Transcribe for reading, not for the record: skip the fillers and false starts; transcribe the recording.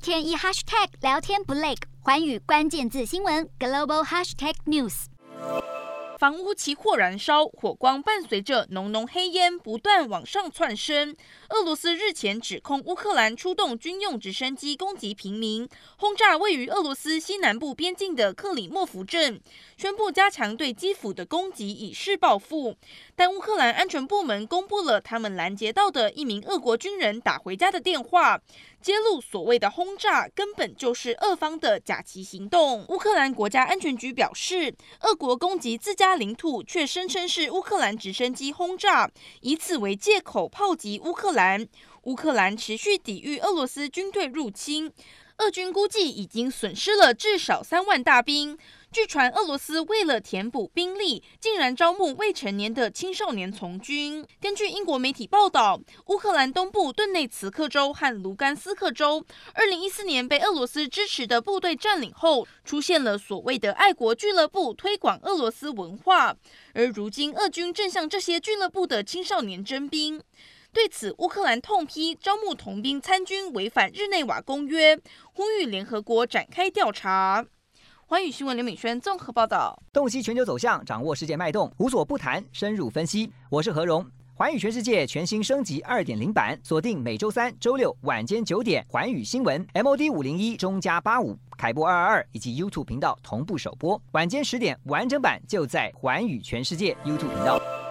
天一 hashtag 聊天不累，寰宇关键字新闻 global hashtag news。 房屋起火燃烧，火光伴随着浓浓黑烟不断往上窜升。俄罗斯日前指控乌克兰出动军用直升机攻击平民，轰炸位于俄罗斯西南部边境的克里莫夫镇，宣布加强对基辅的攻击，以示报复。但乌克兰安全部门公布了他们拦截到的一名俄国军人打回家的电话，揭露所谓的轰炸根本就是俄方的假旗行动。乌克兰国家安全局表示，俄国攻击自家领土，却声称是乌克兰直升机轰炸，以此为借口炮击乌克兰。乌克兰持续抵御俄罗斯军队入侵，俄军估计已经损失了至少3万大兵。据传，俄罗斯为了填补兵力，竟然招募未成年的青少年从军。根据英国媒体报道，乌克兰东部顿内茨克州和卢甘斯克州2014年被俄罗斯支持的部队占领后，出现了所谓的爱国俱乐部，推广俄罗斯文化。而如今，俄军正向这些俱乐部的青少年征兵。对此，乌克兰痛批招募童兵参军违反日内瓦公约，呼吁联合国展开调查。寰宇新闻刘敏轩综合报道。 洞悉全球走向，掌握世界脉动，无所不谈，深入分析。我是何荣。寰宇全世界全新升级2.0版，锁定每周3、周6晚间9点，寰宇新闻 MOD 501中加85，凯播222以及 YouTube 频道同步首播。晚间10点完整版就在寰宇全世界 YouTube 频道。